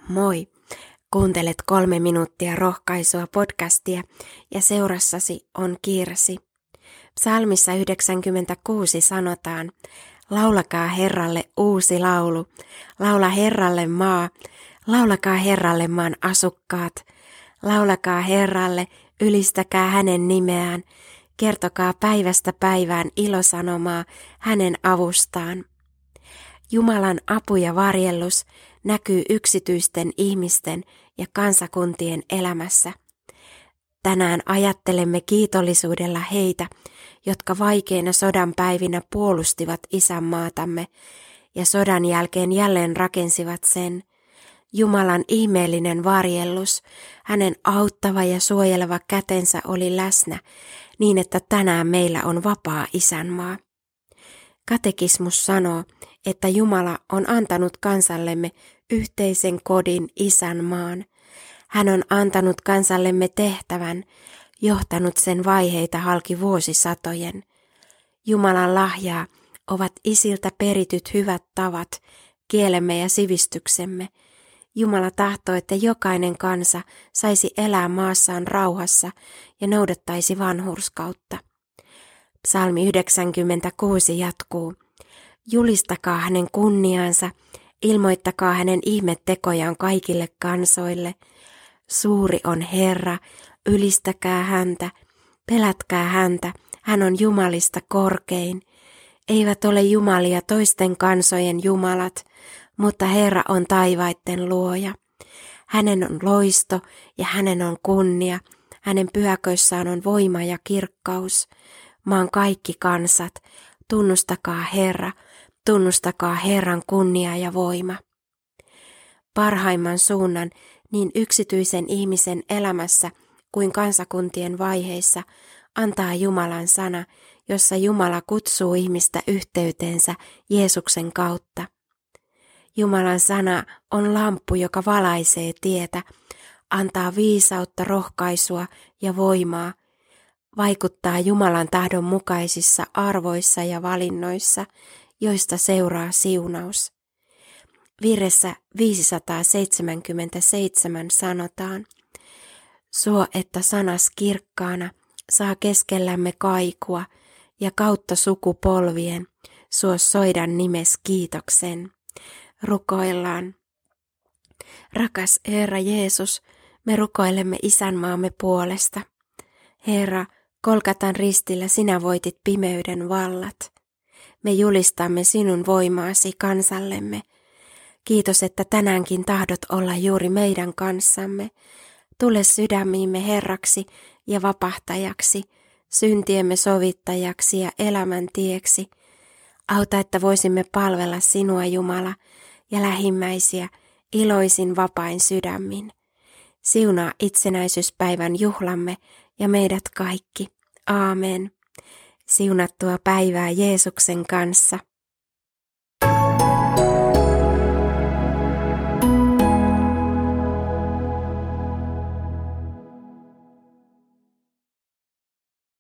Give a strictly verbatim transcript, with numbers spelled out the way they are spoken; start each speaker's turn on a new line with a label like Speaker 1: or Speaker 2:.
Speaker 1: Moi! Kuuntelet kolme minuuttia rohkaisua podcastia ja seurassasi on Kirsi. Psalmissa yhdeksänkymmentäkuusi sanotaan, laulakaa Herralle uusi laulu, laula Herralle maa, laulakaa Herralle maan asukkaat, laulakaa Herralle, ylistäkää hänen nimeään, kertokaa päivästä päivään ilosanomaa hänen avustaan. Jumalan apu ja varjellus näkyy yksityisten ihmisten ja kansakuntien elämässä. Tänään ajattelemme kiitollisuudella heitä, jotka vaikeina sodan päivinä puolustivat isänmaatamme ja sodan jälkeen jälleen rakensivat sen. Jumalan ihmeellinen varjellus, hänen auttava ja suojeleva kätensä oli läsnä niin, että tänään meillä on vapaa isänmaa. Katekismus sanoo, että Jumala on antanut kansallemme yhteisen kodin isänmaan. Hän on antanut kansallemme tehtävän, johtanut sen vaiheita halki vuosisatojen. Jumalan lahjaa ovat isiltä perityt hyvät tavat, kielemme ja sivistyksemme. Jumala tahtoo, että jokainen kansa saisi elää maassaan rauhassa ja noudattaisi vanhurskautta. Psalmi yhdeksänkymmentäkuusi jatkuu. Julistakaa hänen kunniaansa, ilmoittakaa hänen ihmettekojaan kaikille kansoille. Suuri on Herra, ylistäkää häntä, pelätkää häntä, hän on jumalista korkein. Eivät ole jumalia toisten kansojen jumalat, mutta Herra on taivaitten luoja. Hänen on loisto ja hänen on kunnia, hänen pyhäköissään on voima ja kirkkaus. Maan kaikki kansat, tunnustakaa Herra, tunnustakaa Herran kunnia ja voima. Parhaimman suunnan niin yksityisen ihmisen elämässä kuin kansakuntien vaiheissa antaa Jumalan sana, jossa Jumala kutsuu ihmistä yhteyteensä Jeesuksen kautta. Jumalan sana on lamppu, joka valaisee tietä, antaa viisautta, rohkaisua ja voimaa, vaikuttaa Jumalan tahdon mukaisissa arvoissa ja valinnoissa, joista seuraa siunaus. Virressä viisisataaseitsemänkymmentäseitsemän sanotaan, suo, että sanas kirkkaana saa keskellämme kaikua ja kautta sukupolvien, suo soidan nimes kiitoksen. Rukoillaan. Rakas Herra Jeesus, me rukoilemme isänmaamme puolesta. Herra, Golgatan ristillä sinä voitit pimeyden vallat. Me julistamme sinun voimaasi kansallemme. Kiitos, että tänäänkin tahdot olla juuri meidän kanssamme. Tule sydämiimme Herraksi ja vapahtajaksi, syntiemme sovittajaksi ja elämän tieksi. Auta, että voisimme palvella sinua, Jumala, ja lähimmäisiä iloisin vapain sydämin. Siunaa itsenäisyyspäivän juhlamme ja meidät kaikki. Aamen. Siunattua päivää Jeesuksen kanssa.